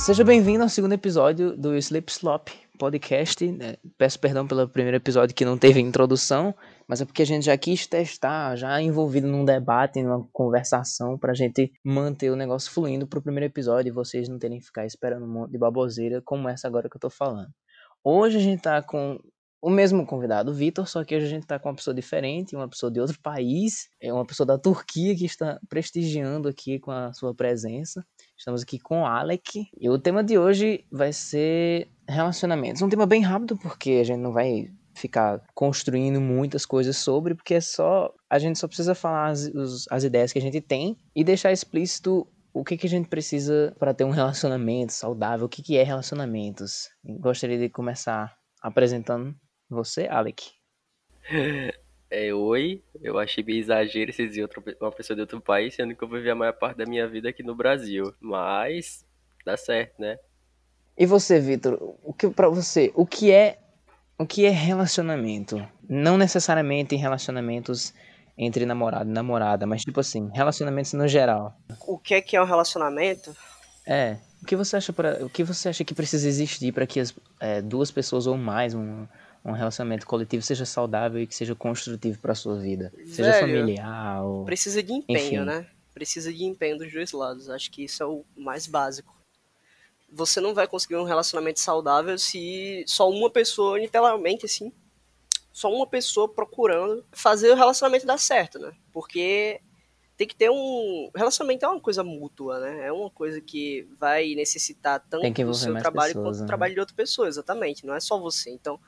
Seja bem-vindo ao segundo episódio do Slip Slop Podcast. Peço perdão pelo primeiro episódio que não teve introdução, mas é porque a gente já quis testar, já envolvido num debate, numa conversação, pra gente manter o negócio fluindo pro primeiro episódio e vocês não terem que ficar esperando um monte de baboseira como essa agora que eu tô falando. Hoje a gente tá com o mesmo convidado, o Vitor, só que hoje a gente tá com uma pessoa diferente, uma pessoa de outro país, uma pessoa da Turquia que está prestigiando aqui com a sua presença. Estamos aqui com o Alec e o tema de hoje vai ser relacionamentos. Um tema bem rápido porque a gente não vai ficar construindo muitas coisas sobre, porque a gente só precisa falar as ideias que a gente tem e deixar explícito o que a gente precisa para ter um relacionamento saudável, o que é relacionamentos. Gostaria de começar apresentando você, Alec. Oi, eu achei bem exagero se dizer uma pessoa de outro país, sendo que eu vivi a maior parte da minha vida aqui no Brasil. Mas dá certo, né? E você, Vitor, para você, o que é relacionamento? Não necessariamente relacionamentos entre namorado e namorada, mas tipo assim, relacionamentos no geral. O que é um relacionamento? O que você acha que precisa existir para que duas pessoas ou mais, um relacionamento coletivo seja saudável e que seja construtivo para sua vida? Seja familiar ou... Precisa de empenho, enfim. né? Precisa de empenho dos dois lados. Acho que isso é o mais básico. Você não vai conseguir um relacionamento saudável se só uma pessoa, literalmente assim, só uma pessoa procurando fazer o relacionamento dar certo, né? Porque tem que ter um... Relacionamento é uma coisa mútua, né? É uma coisa que vai necessitar tanto do seu trabalho pessoas, quanto do trabalho de outra pessoa, exatamente. Não é só você. Então,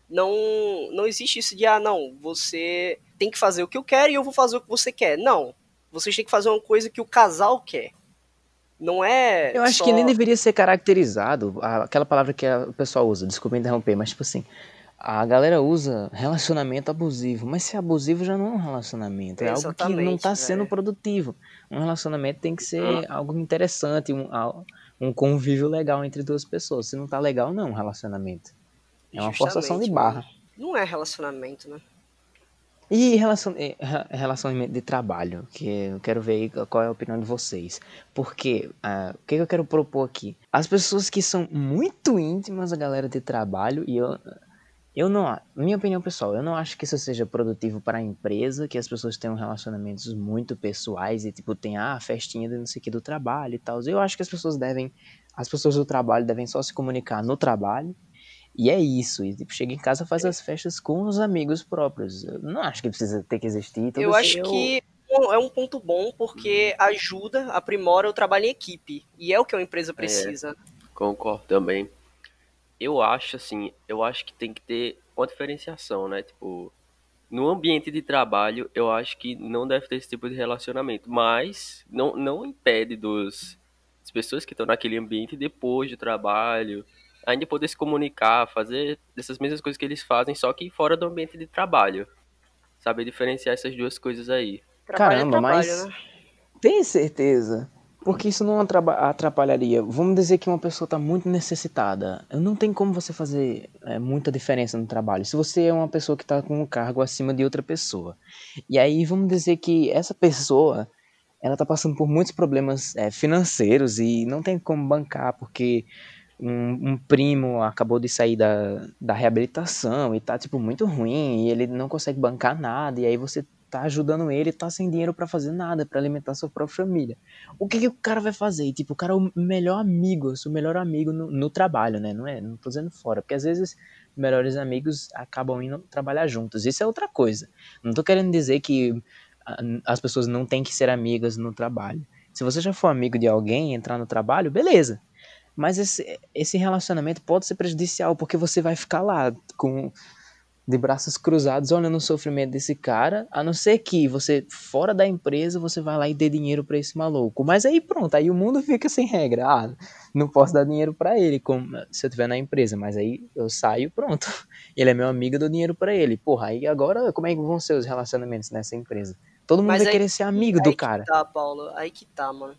não existe isso de, não, você tem que fazer o que eu quero e eu vou fazer o que você quer. Não, vocês têm que fazer uma coisa que o casal quer. Não é Eu acho só... que nem deveria ser caracterizado, aquela palavra que o pessoal usa, desculpa interromper, mas tipo assim, a galera usa relacionamento abusivo, mas se é abusivo já não é um relacionamento, é algo que não tá sendo produtivo. Um relacionamento tem que ser algo interessante, um convívio legal entre duas pessoas. Se não tá legal, não é um relacionamento. É uma forçação de barra. Mano. Não é relacionamento, né? E relacionamento de trabalho, que eu quero ver aí qual é a opinião de vocês. Porque, o que eu quero propor aqui? As pessoas que são muito íntimas, a galera de trabalho, e eu não... Minha opinião pessoal, eu não acho que isso seja produtivo para a empresa, que as pessoas tenham relacionamentos muito pessoais e, tipo, tem a festinha de não sei o que do trabalho e tal. Eu acho que as pessoas do trabalho devem só se comunicar no trabalho. E é isso, e tipo, chega em casa, faz as festas com os amigos próprios. Eu não acho que precisa ter que existir. Eu acho que é um ponto bom, porque ajuda, aprimora o trabalho em equipe. E é o que uma empresa precisa. Concordo também. Eu acho que tem que ter uma diferenciação, né? Tipo, no ambiente de trabalho, eu acho que não deve ter esse tipo de relacionamento. Mas não impede das pessoas que estão naquele ambiente depois do trabalho ainda poder se comunicar, fazer essas mesmas coisas que eles fazem, só que fora do ambiente de trabalho. Saber diferenciar essas duas coisas aí. Caramba, mas né? Tem certeza? Porque isso não atrapalharia. Vamos dizer que uma pessoa está muito necessitada. Não tem como você fazer muita diferença no trabalho. Se você é uma pessoa que está com um cargo acima de outra pessoa. E aí vamos dizer que essa pessoa, ela está passando por muitos problemas financeiros e não tem como bancar, porque um primo acabou de sair da reabilitação e tá, tipo, muito ruim, e ele não consegue bancar nada, e aí você tá ajudando ele, tá sem dinheiro pra fazer nada, pra alimentar sua própria família. O que o cara vai fazer? Tipo, o cara é o melhor amigo, seu melhor amigo no trabalho, né? Não tô dizendo fora, porque às vezes melhores amigos acabam indo trabalhar juntos. Isso é outra coisa. Não tô querendo dizer que as pessoas não têm que ser amigas no trabalho. Se você já for amigo de alguém, entrar no trabalho, beleza. Mas esse relacionamento pode ser prejudicial, porque você vai ficar lá de braços cruzados olhando o sofrimento desse cara, a não ser que você, fora da empresa, você vai lá e dê dinheiro pra esse maluco. Mas aí pronto, aí o mundo fica sem regra. Não posso dar dinheiro pra ele, como se eu estiver na empresa, mas aí eu saio, pronto. Ele é meu amigo, eu dou dinheiro pra ele. Porra, aí agora como é que vão ser os relacionamentos nessa empresa? Todo mundo vai querer ser amigo do cara. Aí que tá, Paulo, aí que tá, mano.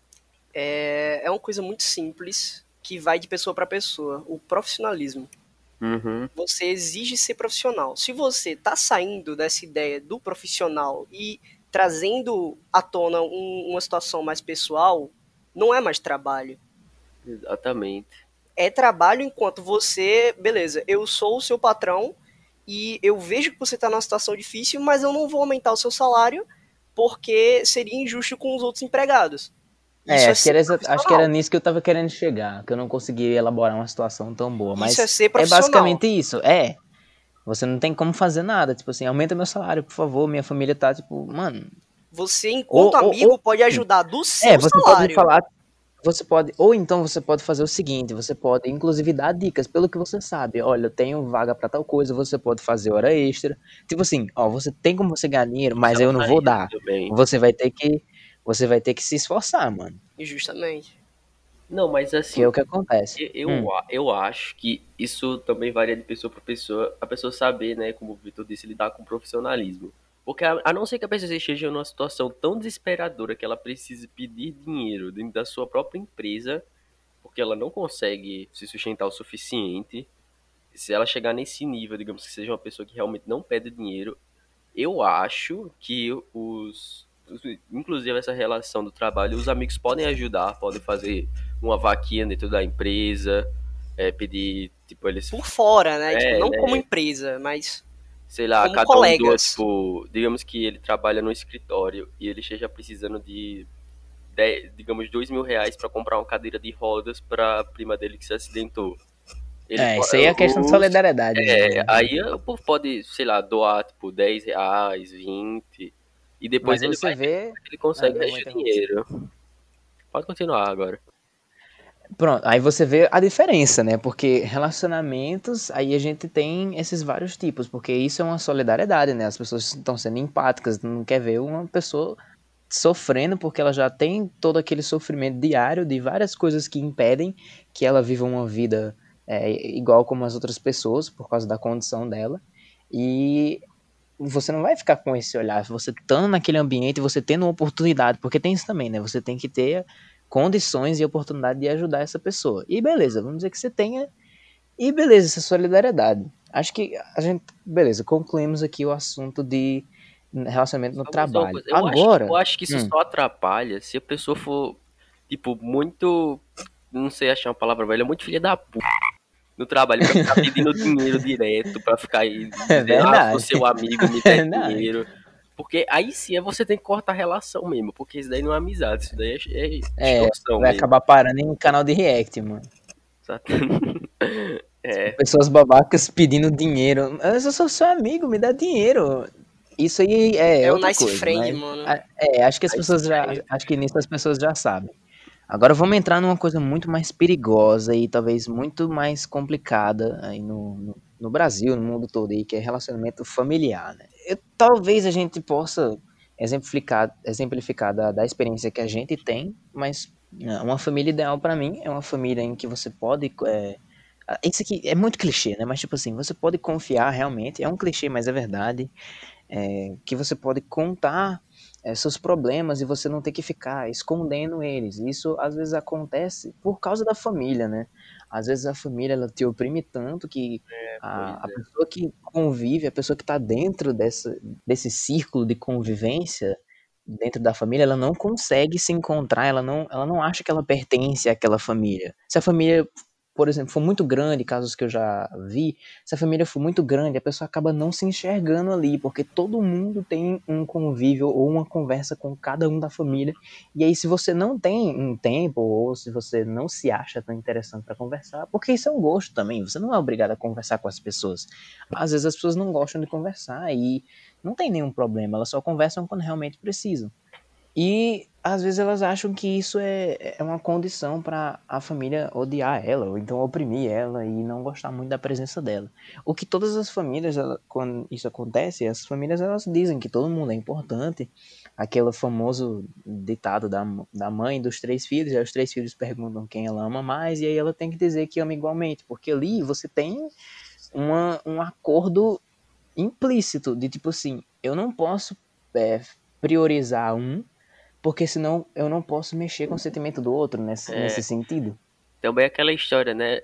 É uma coisa muito simples que vai de pessoa para pessoa, o profissionalismo. Você exige ser profissional. Se você tá saindo dessa ideia do profissional e trazendo à tona uma situação mais pessoal, não é mais trabalho. Exatamente. É trabalho enquanto você, beleza, eu sou o seu patrão e eu vejo que você está numa situação difícil, mas eu não vou aumentar o seu salário porque seria injusto com os outros empregados. Isso É, é ser acho que era profissional. nisso que eu tava querendo chegar, que eu não consegui elaborar uma situação tão boa, Isso é mas ser é profissional. basicamente isso, você não tem como fazer nada, tipo assim, aumenta meu salário, por favor, minha família tá, tipo, mano, Você, ou, enquanto ou, ou amigo, pode ajudar do é, seu você pode salário. falar, ou então você pode fazer o seguinte, você pode, inclusive, dar dicas pelo que você sabe, olha, eu tenho vaga pra tal coisa, você pode fazer hora extra, tipo assim, ó, você tem como você ganhar dinheiro, Isso mas eu eu não vou faria dar, também. você vai ter que, você vai ter que se esforçar, mano, Justamente. Não, mas que é assim, o que acontece. eu acho que isso também varia de pessoa para pessoa, a pessoa saber, né, como o Vitor disse, lidar com profissionalismo. Porque a não ser que a pessoa esteja numa situação tão desesperadora que ela precise pedir dinheiro dentro da sua própria empresa, porque ela não consegue se sustentar o suficiente, se ela chegar nesse nível, digamos que seja uma pessoa que realmente não pede dinheiro, eu acho que inclusive essa relação do trabalho, os amigos podem ajudar, podem fazer uma vaquinha dentro da empresa, pedir, tipo, eles, Por fora, né? Tipo, não como né, empresa, mas sei lá, como cada um doa, colegas. tipo, digamos que ele trabalha no escritório e ele esteja precisando de 10, digamos, R$ 2.000 para comprar uma cadeira de rodas para a prima dele que se acidentou. Ele, Isso aí é questão de solidariedade mesmo. aí o povo pode, sei lá, doar, tipo, R$ 10, 20, e depois Mas ele você vai ver vê. que ele consegue Não vou resto interromper. dinheiro. Pode continuar agora. Pronto, aí você vê a diferença, né? Porque relacionamentos, aí a gente tem esses vários tipos, porque isso é uma solidariedade, né? As pessoas estão sendo empáticas, não quer ver uma pessoa sofrendo porque ela já tem todo aquele sofrimento diário de várias coisas que impedem que ela viva uma vida igual como as outras pessoas, por causa da condição dela. E você não vai ficar com esse olhar, você estando naquele ambiente, você tendo uma oportunidade, porque tem isso também, né? Você tem que ter condições e oportunidade de ajudar essa pessoa. E beleza, vamos dizer que você tenha, e beleza, essa solidariedade. Acho que a gente, beleza, concluímos aqui o assunto de relacionamento no Só mais uma trabalho. coisa. Eu Agora, acho que isso só atrapalha se a pessoa for, tipo, muito. Não sei achar uma palavra velha, muito filha da puta no trabalho, pra ficar pedindo dinheiro direto, pra ficar aí é dizendo, ah, sou verdade, seu amigo, me é dê verdade. dinheiro. Porque aí sim você tem que cortar a relação mesmo, porque isso daí não é amizade, isso daí é extorsão Vai mesmo. acabar parando em canal de react, mano. Sabe? É, Pessoas babacas pedindo dinheiro. Eu sou seu amigo, me dá dinheiro. Isso aí é É o outra nice coisa, friend, mas mano. acho que as aí pessoas já, sofre. acho que nisso as pessoas já sabem. Agora vamos entrar numa coisa muito mais perigosa e talvez muito mais complicada aí no Brasil, no mundo todo aí, que é relacionamento familiar, né? Talvez a gente possa exemplificar da experiência que a gente tem, mas uma família ideal para mim é uma família em que você pode isso aqui é muito clichê, né? Mas tipo assim, você pode confiar realmente, é um clichê, mas é verdade, que você pode contar seus problemas e você não ter que ficar escondendo eles. Isso às vezes acontece por causa da família, né? Às vezes a família ela te oprime tanto que Pois a é. pessoa que convive, a pessoa que está dentro desse círculo de convivência dentro da família, ela não consegue se encontrar, ela não acha que ela pertence àquela família. Se a família, por exemplo, for muito grande, casos que eu já vi, se a família for muito grande, a pessoa acaba não se enxergando ali, porque todo mundo tem um convívio ou uma conversa com cada um da família. E aí, se você não tem um tempo, ou se você não se acha tão interessante para conversar, porque isso é um gosto também, você não é obrigado a conversar com as pessoas. Às vezes as pessoas não gostam de conversar e não tem nenhum problema, elas só conversam quando realmente precisam. E às vezes elas acham que isso é uma condição para a família odiar ela, ou então oprimir ela e não gostar muito da presença dela. O que todas as famílias, quando isso acontece, as famílias elas dizem que todo mundo é importante. Aquele famoso ditado da mãe dos três filhos, e os três filhos perguntam quem ela ama mais, e aí ela tem que dizer que ama igualmente, porque ali você tem um acordo implícito de tipo assim, eu não posso priorizar um porque senão eu não posso mexer com o sentimento do outro nesse É, sentido. também aquela história, né?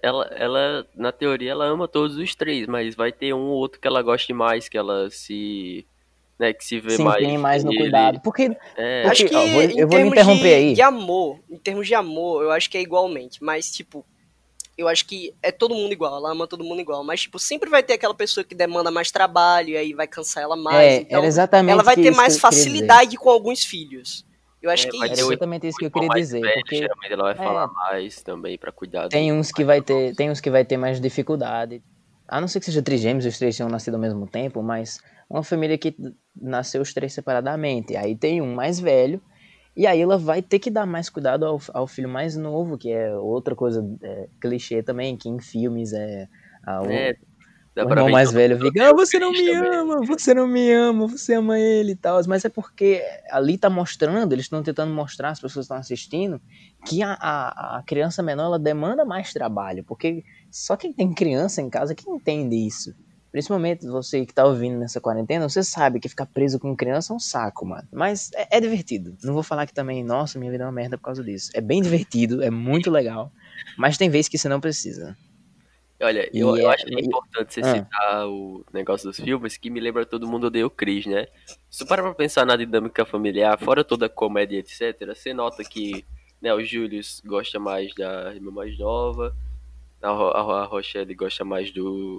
Na teoria, ela ama todos os três, mas vai ter um ou outro que ela goste mais, que ela se. né, que se vê se mais empenhe mais no ele... cuidado. Porque, Acho que ó, eu vou lhe em interromper termos aí. de amor, em termos de amor, eu acho que é igualmente, mas tipo, eu acho que é todo mundo igual, ela ama todo mundo igual, mas tipo, sempre vai ter aquela pessoa que demanda mais trabalho e aí vai cansar ela mais, Era então ela exatamente vai ter isso que mais eu queria dizer. facilidade com alguns filhos. Eu acho que é vai Era ter isso. exatamente isso o que eu irmão queria mais dizer, velho, porque geralmente ela vai falar é, mais também pra cuidar do tem irmão uns que mais vai novo. ter, tem uns que vai ter mais dificuldade. A não ser que seja trigêmeos, os três tenham nascido ao mesmo tempo, mas uma família que nasceu os três separadamente. Aí tem um mais velho, e aí ela vai ter que dar mais cuidado ao filho mais novo, que é outra coisa clichê também, que em filmes É, dá o pra irmão ver em mais todo velho mundo fica, ver o você não Chris me também. ama, você não me ama, você ama ele e tal. Mas é porque ali tá mostrando, eles estão tentando mostrar, as pessoas estão assistindo, que a criança menor ela demanda mais trabalho. Porque só quem tem criança em casa que entende isso. Principalmente você que tá ouvindo nessa quarentena, você sabe que ficar preso com criança é um saco, mano. Mas é divertido. Não vou falar que também, nossa, minha vida é uma merda por causa disso. É bem divertido, é muito legal. Mas tem vezes que você não precisa. Olha, E eu é. acho importante você Ah, citar o negócio dos filmes, que me lembra Todo Mundo Odeia o Chris, né? Se tu para pra pensar na dinâmica familiar, fora toda a comédia, etc., você nota que, né, o Julius gosta mais da irmã mais nova, a Rochelle gosta mais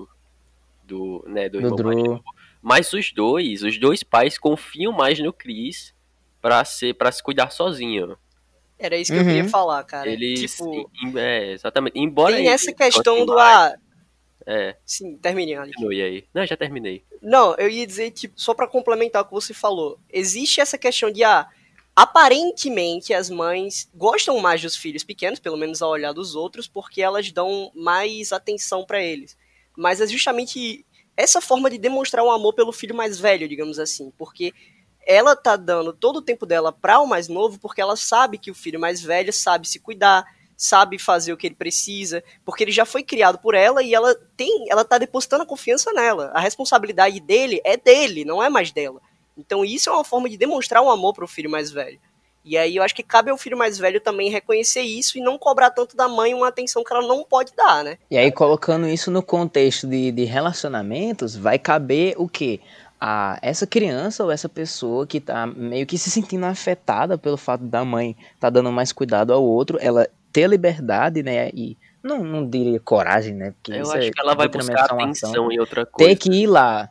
do do irmão mais Drew. novo. Mas os dois pais confiam mais no Chris pra se cuidar sozinho. Era isso que eu queria Uhum. falar, cara. Eles, Tipo, exatamente, embora tem essa eles gostem questão do mais, é, sim, termine, Alex. continue aí. Não, já terminei. Não, eu ia dizer, tipo, só pra complementar o que você falou, existe essa questão de, aparentemente as mães gostam mais dos filhos pequenos, pelo menos ao olhar dos outros, porque elas dão mais atenção pra eles. Mas é justamente essa forma de demonstrar um amor pelo filho mais velho, digamos assim, porque ela tá dando todo o tempo dela para o mais novo, porque ela sabe que o filho mais velho sabe se cuidar, sabe fazer o que ele precisa, porque ele já foi criado por ela e ela tá depositando a confiança nela. A responsabilidade dele é dele, não é mais dela. Então isso é uma forma de demonstrar um amor pro filho mais velho. E aí eu acho que cabe ao filho mais velho também reconhecer isso e não cobrar tanto da mãe uma atenção que ela não pode dar, né? E aí, colocando isso no contexto de relacionamentos, vai caber o quê? Essa criança ou essa pessoa que tá meio que se sentindo afetada pelo fato da mãe tá dando mais cuidado ao outro, ela ter liberdade, né? E não diria coragem, né? Porque Eu isso acho é que ela vai literalmente buscar só uma ação. atenção em outra Ter coisa. que ir lá.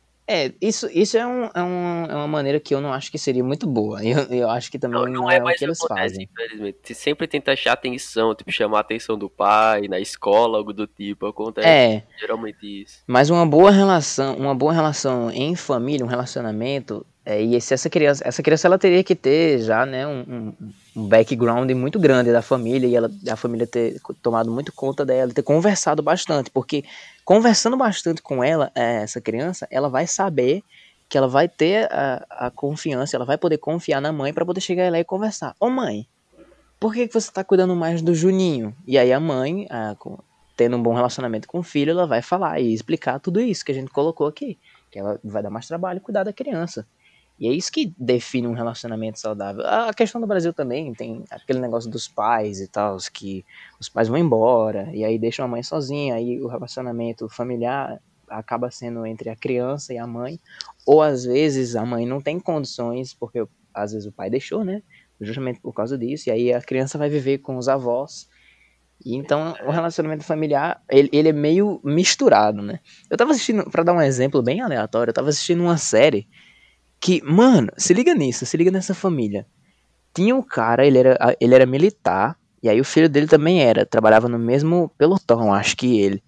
Isso é uma maneira que eu não acho que seria muito boa. Eu acho que Não, também não não é é o mais que o que eles acontece, fazem. infelizmente. Você sempre tenta achar atenção, tipo, chamar a atenção do pai, na escola, algo do tipo. Acontece É, geralmente isso. mas uma boa relação em família, um relacionamento, e se essa criança ela teria que ter já, né, um background muito grande da família e a família ter tomado muito conta dela, ter conversado bastante, porque conversando bastante com ela, essa criança, ela vai saber que ela vai ter a confiança, ela vai poder confiar na mãe para poder chegar lá e conversar. Ô mãe, por que você tá cuidando mais do Juninho? E aí a mãe, tendo um bom relacionamento com o filho, ela vai falar e explicar tudo isso que a gente colocou aqui. Que ela vai dar mais trabalho cuidar da criança. E é isso que define um relacionamento saudável. A questão do Brasil também tem aquele negócio dos pais e tal, que os pais vão embora e aí deixam a mãe sozinha, aí o relacionamento familiar acaba sendo entre a criança e a mãe, ou às vezes a mãe não tem condições, porque às vezes o pai deixou, né? Justamente por causa disso, e aí a criança vai viver com os avós. E então o relacionamento familiar, ele é meio misturado, né? Eu tava assistindo, pra dar um exemplo bem aleatório, eu tava assistindo uma série que, mano, se liga nisso, se liga nessa família. Tinha um cara, ele era militar, e aí o filho dele também trabalhava no mesmo pelotão, acho que ele.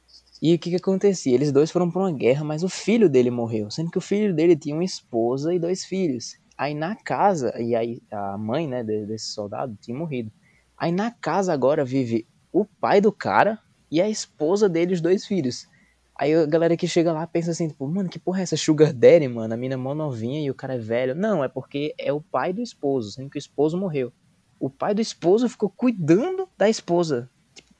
E o que acontecia? Eles dois foram pra uma guerra, mas o filho dele morreu, sendo que o filho dele tinha uma esposa e dois filhos. Aí na casa, e aí a mãe, né, desse soldado tinha morrido. Aí na casa agora vive o pai do cara e a esposa dele, os dois filhos. Aí a galera que chega lá pensa assim, tipo, mano, que porra é essa Sugar Daddy, mano? A mina é mó novinha e o cara é velho. Não, é porque é o pai do esposo, sendo que o esposo morreu. O pai do esposo ficou cuidando da esposa.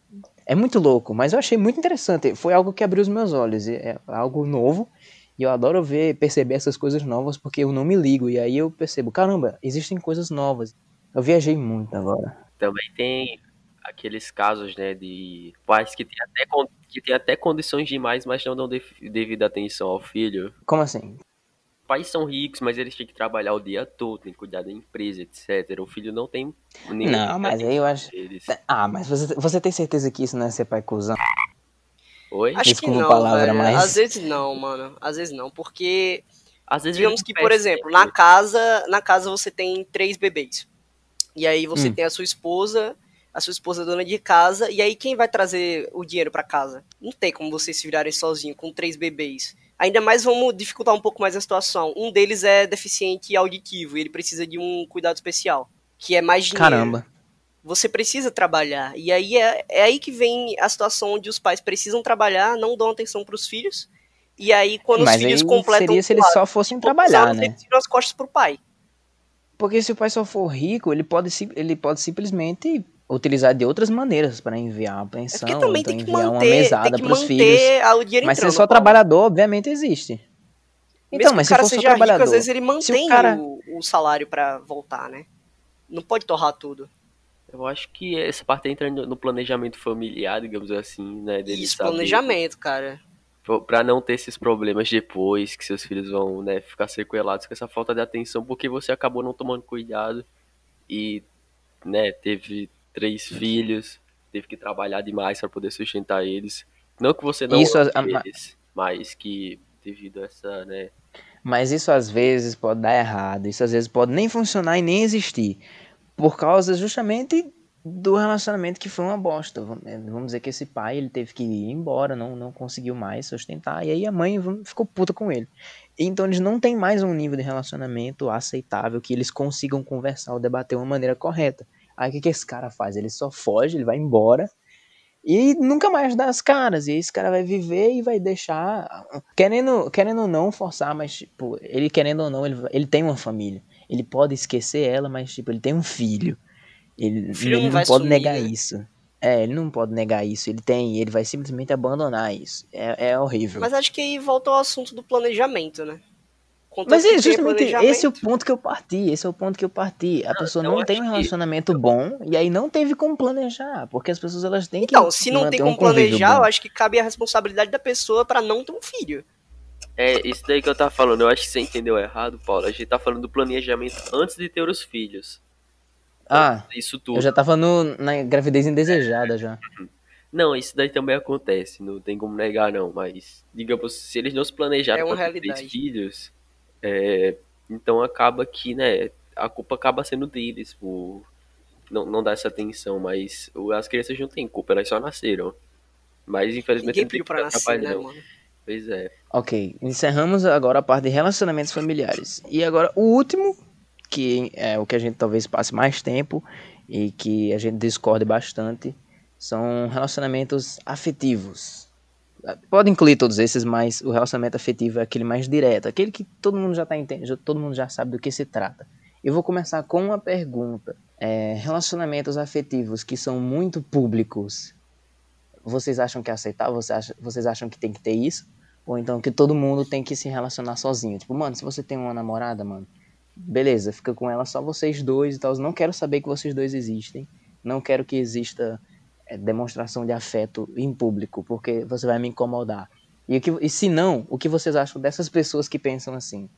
É muito louco, mas eu achei muito interessante. Foi algo que abriu os meus olhos. É algo novo. E eu adoro perceber essas coisas novas porque eu não me ligo. E aí eu percebo, caramba, existem coisas novas. Eu viajei muito agora. Também tem aqueles casos, né, de pais que têm até condições demais, mas não dão devida atenção ao filho. Como assim? pais são ricos, mas eles têm que trabalhar o dia todo, têm que cuidar da empresa, etc. O filho não tem nenhum Não, tipo de mas aí eu atenção acho. deles. Mas você tem certeza que isso não é ser pai cuzão? Oi? Acho que Desculpa a não, palavra, velho. Às mas. vezes não, mano. Às vezes não, porque Às vezes ele digamos não que, por exemplo, percebe. na casa você tem 3 bebês. E aí você Hum. tem a sua esposa é dona de casa, e aí quem vai trazer o dinheiro pra casa? Não tem como vocês se virarem sozinhos com 3 bebês. Ainda mais vamos dificultar um pouco mais a situação. Um deles é deficiente auditivo e ele precisa de um cuidado especial, que é mais dinheiro. Caramba. Você precisa trabalhar. E aí é aí que vem a situação onde os pais precisam trabalhar, não dão atenção pros filhos. E aí, quando os Mas filhos aí completam seria se eles só fossem poucos trabalhar, anos, né? eles viram as costas pro pai. Porque se o pai só for rico, ele pode simplesmente utilizar de outras maneiras para enviar a É porque pensão, ou também então enviar uma mesada tem que para os filhos. manter o dinheiro Mas ser entrando, só Paulo. trabalhador, obviamente existe. Então, Mesmo que o mas se cara for só seja rico, às vezes trabalhador, ele se o mantém cara. o salário pra voltar, né? Não pode torrar tudo. Eu acho que essa parte entra no planejamento familiar, digamos assim, né? Dele Isso, saber. planejamento, cara. Pra não ter esses problemas depois, que seus filhos vão, né, ficar sequelados com essa falta de atenção, porque você acabou não tomando cuidado e, né, teve 3 filhos, teve que trabalhar demais para poder sustentar eles. Não que você não Isso, ame eles, mas que devido a essa, né. mas isso às vezes pode dar errado, isso às vezes pode nem funcionar e nem existir. Por causa justamente do relacionamento que foi uma bosta. Vamos dizer que esse pai ele teve que ir embora, não conseguiu mais sustentar, e aí a mãe ficou puta com ele. Então eles não têm mais um nível de relacionamento aceitável que eles consigam conversar ou debater de uma maneira correta. Aí o que esse cara faz? Ele só foge, ele vai embora e nunca mais dá as caras. E esse cara vai viver e vai deixar, querendo ou não forçar, mas tipo, ele querendo ou não, ele tem uma família. Ele pode esquecer ela, mas tipo, ele tem um filho. O filho Ele não não vai pode sumir, negar né? isso. Ele não pode negar isso. Ele vai simplesmente abandonar isso. É horrível. Mas acho que aí volta ao assunto do planejamento, né? Mas Contanto que é tenha justamente esse é o planejamento. ponto que eu parti. Esse é o ponto que eu parti. A pessoa Eu não tem acho um que relacionamento bom e aí não teve como planejar, porque as pessoas elas têm que Então, se não tem manter um como convívio planejar, eu bom. acho que cabe a responsabilidade da pessoa pra não ter um filho. é isso daí que eu tava falando. Eu acho que você entendeu errado, Paulo. A gente tá falando do planejamento antes de ter os filhos. Ah, Isso eu já tudo. tava na gravidez indesejada já. Não, isso daí também acontece, não tem como negar não, mas digamos, se eles não se É planejaram uma para ter três realidade. filhos, então acaba que, né, a culpa acaba sendo deles por não dar essa atenção, mas as crianças não têm culpa, elas só nasceram. Mas infelizmente Ninguém não tem pediu que pra ficar nascer, né, trabalhando. mano? Pois é. Ok, encerramos agora a parte de relacionamentos familiares. E agora o último, que é o que a gente talvez passe mais tempo e que a gente discorde bastante, são relacionamentos afetivos. Pode incluir todos esses, mas o relacionamento afetivo é aquele mais direto, aquele que todo mundo já tá entendendo, todo mundo já sabe do que se trata. Eu vou começar com uma pergunta. Relacionamentos afetivos que são muito públicos, vocês acham que é aceitável? Vocês acham que tem que ter isso? Ou então que todo mundo tem que se relacionar sozinho? Tipo, mano, se você tem uma namorada, mano, beleza, fica com ela só vocês dois e tal. Não quero saber que vocês dois existem. Não quero que exista demonstração de afeto em público, porque você vai me incomodar. E se não, o que vocês acham dessas pessoas que pensam assim?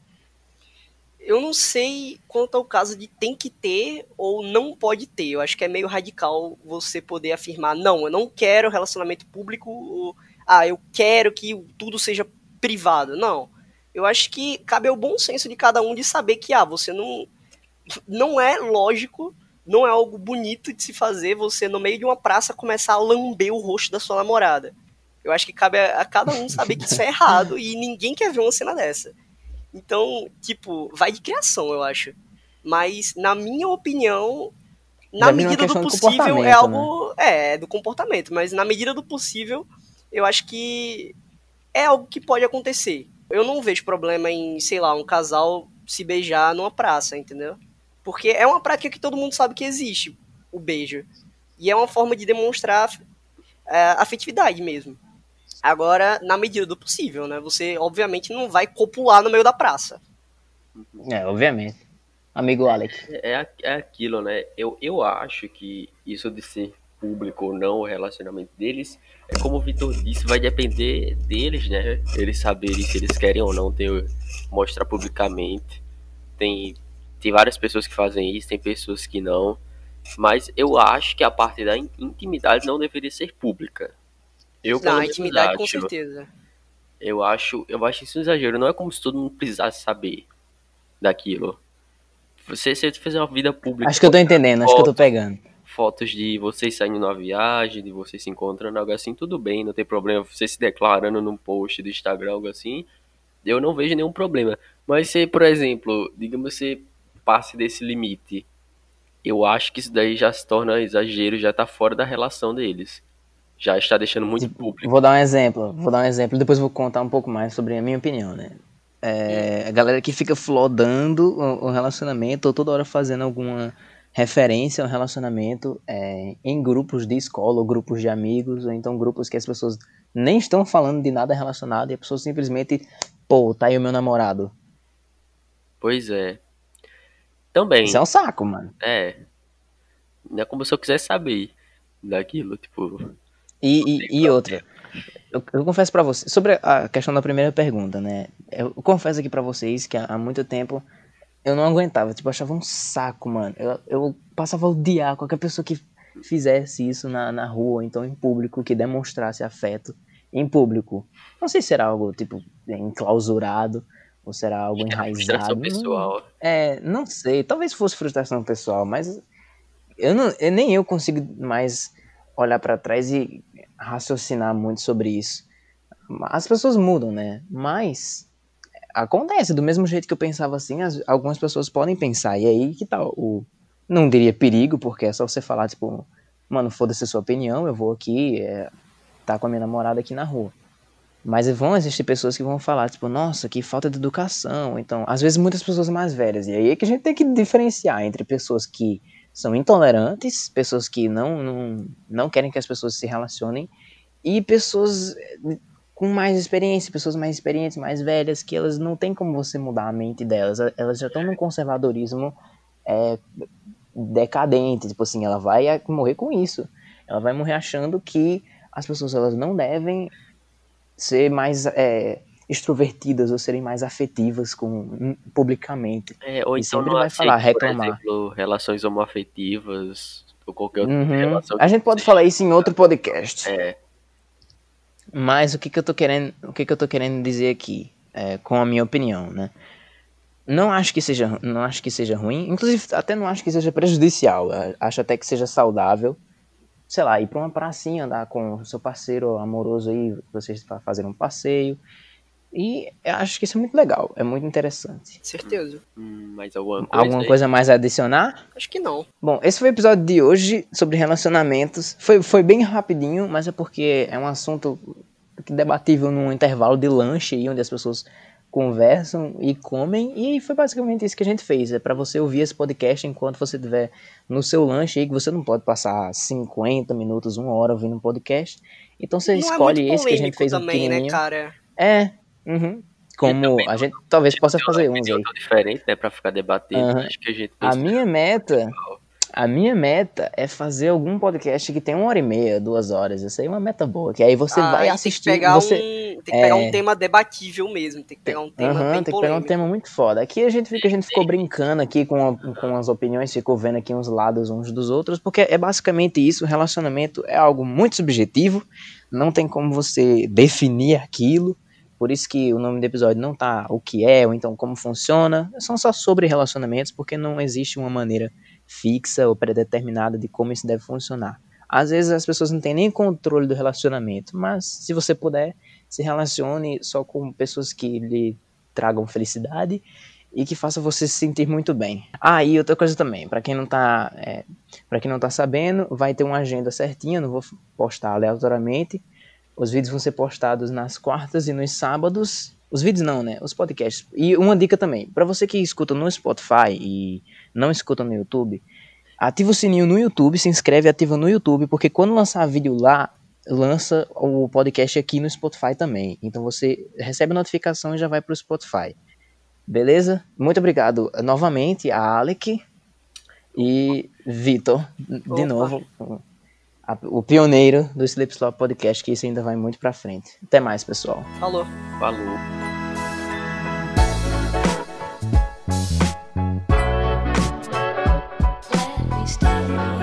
Eu não sei quanto ao caso de tem que ter ou não pode ter. Eu acho que é meio radical você poder afirmar, não, eu não quero relacionamento público, ou, eu quero que tudo seja privado. Não. Eu acho que cabe ao bom senso de cada um de saber que, você não é lógico, não é algo bonito de se fazer você, no meio de uma praça, começar a lamber o rosto da sua namorada. Eu acho que cabe a cada um saber que isso é errado e ninguém quer ver uma cena dessa. Então, tipo, vai de criação, eu acho. Mas, na minha opinião, na Já vira uma medida do questão de possível, é comportamento, né? algo. É do comportamento, mas na medida do possível, eu acho que é algo que pode acontecer. Eu não vejo problema em, sei lá, um casal se beijar numa praça, entendeu? Porque é uma prática que todo mundo sabe que existe, o beijo. E é uma forma de demonstrar afetividade mesmo. Agora, na medida do possível, né? Você, obviamente, não vai copular no meio da praça. Obviamente. Amigo Alec. É aquilo, né? Eu acho que isso de ser público ou não o relacionamento deles, é como o Vitor disse, vai depender deles, né? Eles saberem se eles querem ou não mostrar publicamente. Tem várias pessoas que fazem isso, tem pessoas que não. Mas eu acho que a parte da intimidade não deveria ser pública. Eu, Não, pelo a menos, intimidade com acho. certeza. Eu acho isso um exagero. Não é como se todo mundo precisasse saber daquilo. Se você fizer uma vida pública, Acho que eu tô entendendo, acho que eu tô pegando. fotos de vocês saindo numa viagem, de vocês se encontrando, algo assim, tudo bem, não tem problema. Você se declarando num post do Instagram, algo assim, eu não vejo nenhum problema. Mas se, por exemplo, digamos você passe desse limite, eu acho que isso daí já se torna exagero, já tá fora da relação deles. Já está deixando muito Tipo, público. vou dar um exemplo, depois vou contar um pouco mais sobre a minha opinião, né? A galera que fica flodando o relacionamento ou toda hora fazendo alguma referência ao relacionamento em grupos de escola ou grupos de amigos, ou então grupos que as pessoas nem estão falando de nada relacionado e a pessoa simplesmente, pô, tá aí o meu namorado. Pois é. Também, Isso é um saco, mano. não é como se eu quisesse saber daquilo, tipo... E outra, eu confesso pra vocês, sobre a questão da primeira pergunta, né? Eu confesso aqui pra vocês que há muito tempo eu não aguentava, tipo, eu achava um saco, mano. Eu passava a odiar qualquer pessoa que fizesse isso na rua, ou então em público, que demonstrasse afeto em público. Não sei se era algo, tipo, enclausurado, ou se era algo Frustração enraizado. pessoal. Não sei, talvez fosse frustração pessoal, mas nem eu consigo mais olhar pra trás e raciocinar muito sobre isso. As pessoas mudam, né? Mas acontece, do mesmo jeito que eu pensava assim, algumas pessoas podem pensar, e aí que tal não diria perigo, porque é só você falar, tipo, mano, foda-se a sua opinião, eu vou aqui, tá com a minha namorada aqui na rua. Mas vão existir pessoas que vão falar, tipo, nossa, que falta de educação. Então, às vezes muitas pessoas mais velhas, e aí é que a gente tem que diferenciar entre pessoas que são intolerantes, pessoas que não querem que as pessoas se relacionem, e pessoas com mais experiência, pessoas mais experientes, mais velhas, que elas não tem como você mudar a mente delas, elas já estão num conservadorismo decadente, tipo assim, ela vai morrer com isso, ela vai morrer achando que as pessoas elas não devem ser mais extrovertidas ou serem mais afetivas publicamente, Ou e então sempre não vai falar, aceita, por reclamar. exemplo, relações homoafetivas ou qualquer outra relação. A gente pode falar isso em outro podcast. É. Mas o que eu tô querendo dizer aqui, com a minha opinião, né? Não acho que seja ruim, inclusive até não acho que seja prejudicial. Acho até que seja saudável, sei lá, ir pra uma pracinha, andar com o seu parceiro amoroso aí, vocês fazerem um passeio. E eu acho que isso é muito legal, é muito interessante. Certeza. Mais alguma coisa? Alguma coisa mais a adicionar? Acho que não. Bom, esse foi o episódio de hoje sobre relacionamentos. Foi bem rapidinho, mas é porque é um assunto debatível num intervalo de lanche aí, onde as pessoas conversam e comem, e foi basicamente isso que a gente fez. É para você ouvir esse podcast enquanto você estiver no seu lanche aí, que você não pode passar 50 minutos, 1 hora ouvindo um podcast. Então você escolhe esse que a gente fez também, pequenininho. né, cara? Como a gente talvez possa fazer uns aí. Diferente, né, para ficar debatendo. Acho que a gente A minha meta é fazer algum podcast que tem 1h30, 2 horas. Isso aí é uma meta boa. Que aí você vai assistir. Tem que pegar um tema debatível mesmo. Tem que pegar um tema bem tem que pegar um tema muito foda. Aqui a gente ficou brincando aqui com as opiniões, ficou vendo aqui uns lados uns dos outros, porque é basicamente isso. O relacionamento é algo muito subjetivo. Não tem como você definir aquilo. Por isso que o nome do episódio não tá o que é, ou então como funciona. São só sobre relacionamentos, porque não existe uma maneira fixa ou predeterminada de como isso deve funcionar. Às vezes as pessoas não têm nem controle do relacionamento, mas se você puder, se relacione só com pessoas que lhe tragam felicidade e que façam você se sentir muito bem. E outra coisa também, para quem não tá sabendo, vai ter uma agenda certinha, não vou postar aleatoriamente. Os vídeos vão ser postados nas quartas e nos sábados. Os vídeos não, né? Os podcasts. E uma dica também. Para você que escuta no Spotify e não escuta no YouTube, ativa o sininho no YouTube, se inscreve e ativa no YouTube, porque quando lançar vídeo lá, lança o podcast aqui no Spotify também. Então você recebe a notificação e já vai pro Spotify. Beleza? Muito obrigado novamente a Alec e Vitor, de novo. o pioneiro do Slip Slop Podcast, que isso ainda vai muito pra frente. Até mais, pessoal. Falou. Falou.